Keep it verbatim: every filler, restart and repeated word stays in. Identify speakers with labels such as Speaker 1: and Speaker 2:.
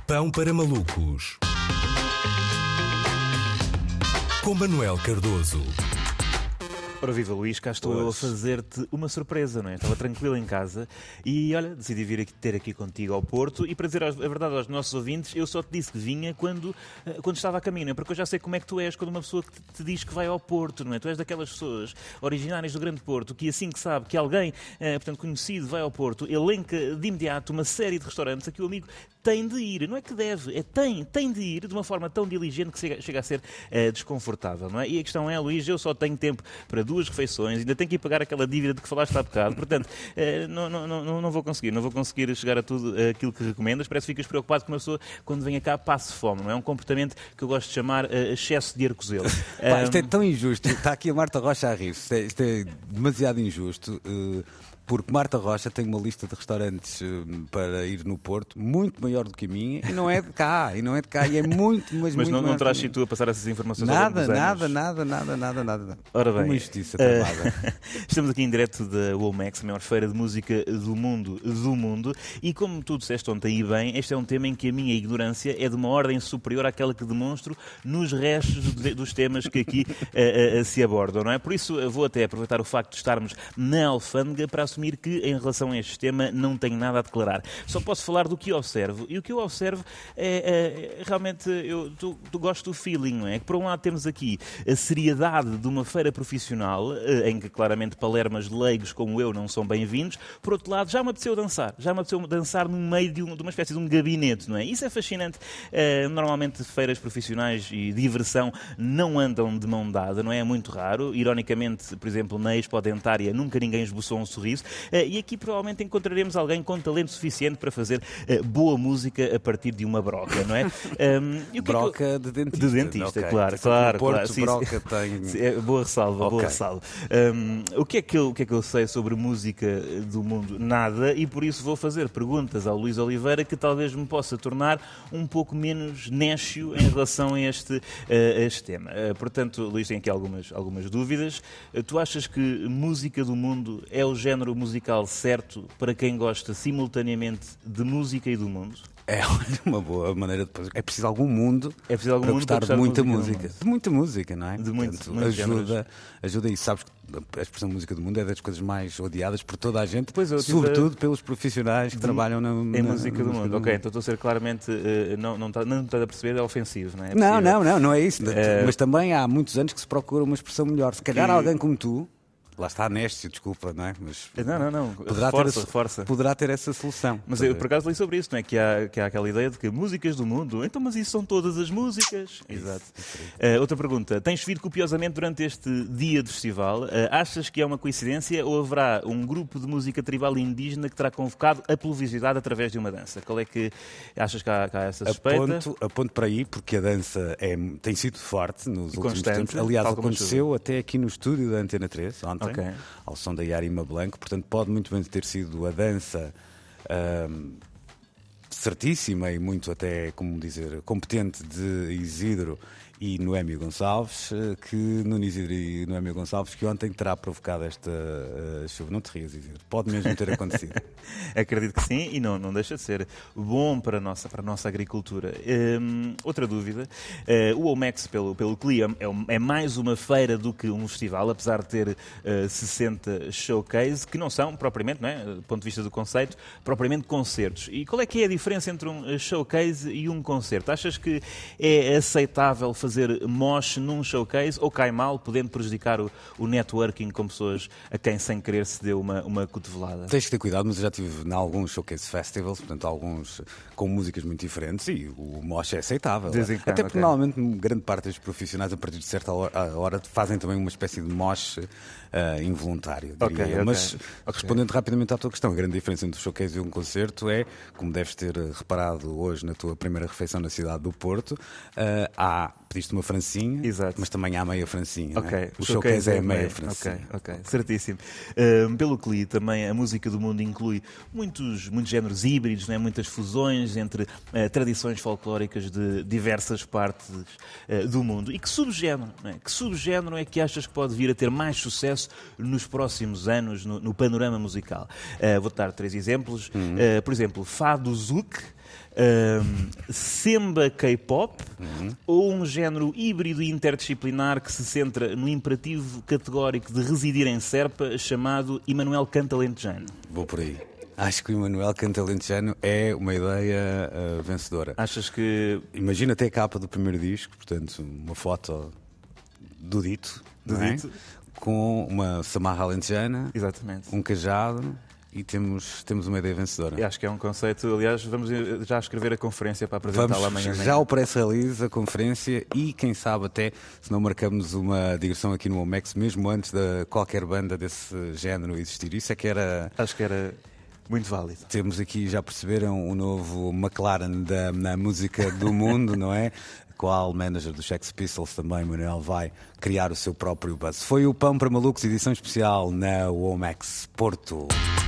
Speaker 1: Pão para malucos, com Manuel Cardoso.
Speaker 2: Ora viva Luís, cá estou eu a fazer-te uma surpresa, não é? Estava tranquilo em casa e olha, decidi vir aqui, ter aqui contigo ao Porto e para dizer a verdade aos nossos ouvintes, eu só te disse que vinha quando, quando estava a caminho, não é? Porque eu já sei como é que tu és quando uma pessoa te, te diz que vai ao Porto, não é? Tu és daquelas pessoas originárias do Grande Porto que assim que sabe que alguém, eh, portanto conhecido, vai ao Porto, elenca de imediato uma série de restaurantes a que o amigo tem de ir, não é que deve, é tem, tem de ir de uma forma tão diligente que chega, chega a ser eh, desconfortável, não é? E a questão é, Luís, eu só tenho tempo para duas refeições, ainda tenho que ir pagar aquela dívida de que falaste há bocado, portanto, eh, não, não, não, não vou conseguir, não vou conseguir chegar a tudo eh, aquilo que recomendas. Parece que ficas preocupado com uma pessoa quando vem cá passe fome, não é? É um comportamento que eu gosto de chamar eh, excesso de arcozelo.
Speaker 3: Pá, isto é tão injusto, está aqui a Marta Rocha a rir, isto é, isto é demasiado injusto. Uh... Porque Marta Rocha tem uma lista de restaurantes uh, para ir no Porto muito maior do que a minha e não é de cá, e não é de cá, e é muito, mas,
Speaker 2: mas
Speaker 3: muito
Speaker 2: não, não terás
Speaker 3: sido
Speaker 2: tu a passar essas informações
Speaker 3: nada,
Speaker 2: ao longo dos
Speaker 3: nada,
Speaker 2: anos?
Speaker 3: nada, nada, nada, nada, nada.
Speaker 2: Ora bem,
Speaker 3: uma injustiça tramada.
Speaker 2: Uh, estamos aqui em direto da Womex, a maior feira de música do mundo, do mundo, e como tu disseste ontem e bem, este é um tema em que a minha ignorância é de uma ordem superior àquela que demonstro nos restos de, dos temas que aqui uh, uh, se abordam, não é? Por isso vou até aproveitar o facto de estarmos na alfândega para assumir que em relação a este tema não tenho nada a declarar. Só posso falar do que observo. E o que eu observo é, é realmente, eu tu, tu gosto do feeling, não é? Que por um lado temos aqui a seriedade de uma feira profissional, em que claramente palermas leigos como eu não são bem-vindos. Por outro lado, já me apeteceu dançar. Já me apeteceu dançar no meio de, um, de uma espécie de um gabinete, não é? Isso é fascinante. Uh, normalmente feiras profissionais e diversão não andam de mão dada, não é? É muito raro. Ironicamente, por exemplo, na Expo Dentária nunca ninguém esboçou um sorriso. Uh, e aqui provavelmente encontraremos alguém com talento suficiente para fazer uh, boa música a partir de uma broca, não é? Um, e o que
Speaker 3: broca
Speaker 2: é que eu...
Speaker 3: de dentista.
Speaker 2: De dentista,
Speaker 3: okay.
Speaker 2: claro,
Speaker 3: Tipo,
Speaker 2: claro.
Speaker 3: Porto,
Speaker 2: claro. Sim,
Speaker 3: broca
Speaker 2: sim.
Speaker 3: tem...
Speaker 2: É, boa ressalva,
Speaker 3: okay.
Speaker 2: boa ressalva. Um, o, que é que eu, o que é que eu sei sobre música do mundo? Nada, e por isso vou fazer perguntas ao Luís Oliveira que talvez me possa tornar um pouco menos nécio em relação a este, uh, a este tema. Uh, portanto, Luís, tem aqui algumas, algumas dúvidas. Uh, tu achas que música do mundo é o género musical certo para quem gosta simultaneamente de música e do mundo?
Speaker 3: É uma boa maneira de... É preciso algum mundo
Speaker 2: é preciso algum
Speaker 3: para
Speaker 2: mundo
Speaker 3: gostar,
Speaker 2: para gostar
Speaker 3: de muita
Speaker 2: de música.
Speaker 3: música. De muita música, não é?
Speaker 2: De muito,
Speaker 3: Portanto,
Speaker 2: muito
Speaker 3: ajuda, ajuda, e sabes que a expressão música do mundo é das coisas mais odiadas por toda a gente,
Speaker 2: pois eu,
Speaker 3: sobretudo tipo, pelos profissionais que
Speaker 2: de,
Speaker 3: trabalham na,
Speaker 2: em
Speaker 3: na,
Speaker 2: música
Speaker 3: na
Speaker 2: do
Speaker 3: música
Speaker 2: mundo.
Speaker 3: do
Speaker 2: Ok,
Speaker 3: mundo.
Speaker 2: então estou a ser claramente, uh, não, não está não tá a perceber, é ofensivo, não é? É
Speaker 3: não, não, não, não é isso. Uh, Mas também há muitos anos que se procura uma expressão melhor. Se calhar
Speaker 2: que...
Speaker 3: alguém como tu... Lá está Néscio, desculpa, não é? Mas
Speaker 2: não, não, não.
Speaker 3: Poderá,
Speaker 2: reforça,
Speaker 3: ter,
Speaker 2: reforça.
Speaker 3: poderá ter essa solução.
Speaker 2: Mas eu por acaso li sobre isso, não é? Que há, que há aquela ideia de que músicas do mundo, então mas isso são todas as músicas. Exato. Uh, outra pergunta, tens chovido copiosamente durante este dia do festival, uh, achas que é uma coincidência ou haverá um grupo de música tribal indígena que terá convocado a pluviosidade através de uma dança? Qual é que achas que há, que há essa suspeita?
Speaker 3: Aponto, aponto para aí, porque a dança é, tem sido forte nos
Speaker 2: e
Speaker 3: últimos
Speaker 2: constante,
Speaker 3: tempos. Aliás, aconteceu até aqui no estúdio da Antena três, ontem, okay. ao som da Yarima Blanco, portanto pode muito bem ter sido a dança um, certíssima e muito até, como dizer, competente de Isidro e Noémio Gonçalves, que Nuno Isidro e Noémio Gonçalves, que ontem terá provocado esta uh, chuva. Não te rias, Isidro, pode mesmo ter acontecido.
Speaker 2: Acredito que sim, e não, não deixa de ser bom para a nossa, para a nossa agricultura. Um, outra dúvida, uh, o Womex, pelo, pelo que li, é, é mais uma feira do que um festival, apesar de ter uh, sessenta showcase, que não são, propriamente, não é, do ponto de vista do conceito, propriamente concertos. E qual é que é a diferença entre um showcase e um concerto? Achas que é aceitável fazer fazer mosh num showcase ou cai mal, podendo prejudicar o, o networking com pessoas a quem sem querer se deu uma, uma cotovelada?
Speaker 3: Tens que ter cuidado, mas eu já estive em alguns showcase festivals, portanto alguns com músicas muito diferentes e o mosh é aceitável. Até
Speaker 2: quando,
Speaker 3: porque
Speaker 2: okay.
Speaker 3: normalmente grande parte dos profissionais a partir de certa hora fazem também uma espécie de mosh uh, involuntário, diria
Speaker 2: okay,
Speaker 3: eu.
Speaker 2: Okay.
Speaker 3: Mas
Speaker 2: okay.
Speaker 3: respondendo rapidamente à tua questão, a grande diferença entre um showcase e um concerto é, como deves ter reparado hoje na tua primeira refeição na cidade do Porto, uh, há pediste uma francinha,
Speaker 2: exato.
Speaker 3: Mas também há meia francinha.
Speaker 2: Okay.
Speaker 3: É? O showcase é a meia francinha.
Speaker 2: Ok, ok, certíssimo. Uh, pelo que li, também a música do mundo inclui muitos, muitos géneros híbridos, né? Muitas fusões entre uh, tradições folclóricas de diversas partes uh, do mundo. E que subgénero, né? Que subgénero é que achas que pode vir a ter mais sucesso nos próximos anos no, no panorama musical? Uh, vou dar três exemplos. Uhum. Uh, por exemplo, Fado Zouk, Um, Semba K-pop, uhum. ou um género híbrido e interdisciplinar que se centra no imperativo categórico de residir em Serpa, chamado Emanuel Canta Alentejano?
Speaker 3: Vou por aí. Acho que o Emanuel Canta Alentejano é uma ideia uh, vencedora.
Speaker 2: Achas que...
Speaker 3: Imagina até a capa do primeiro disco, portanto, uma foto do dito,
Speaker 2: do
Speaker 3: não é?
Speaker 2: dito.
Speaker 3: Com uma samarra alentejana,
Speaker 2: exatamente,
Speaker 3: um cajado, e temos, temos uma ideia vencedora.
Speaker 2: Eu acho que é um conceito, aliás, vamos já escrever a conferência para apresentá-la amanhã.
Speaker 3: Já o pré-release, a conferência, e quem sabe até, se não marcamos uma digressão aqui no Omex, mesmo antes de qualquer banda desse género existir. Isso é que era...
Speaker 2: Acho que era... muito válido.
Speaker 3: Temos aqui, já perceberam, o novo McLaren da, na música do mundo, não é? Qual manager dos Sex Pistols também, Manuel, vai criar o seu próprio buzz. Foi o Pão para Malucos, edição especial na Womax Porto.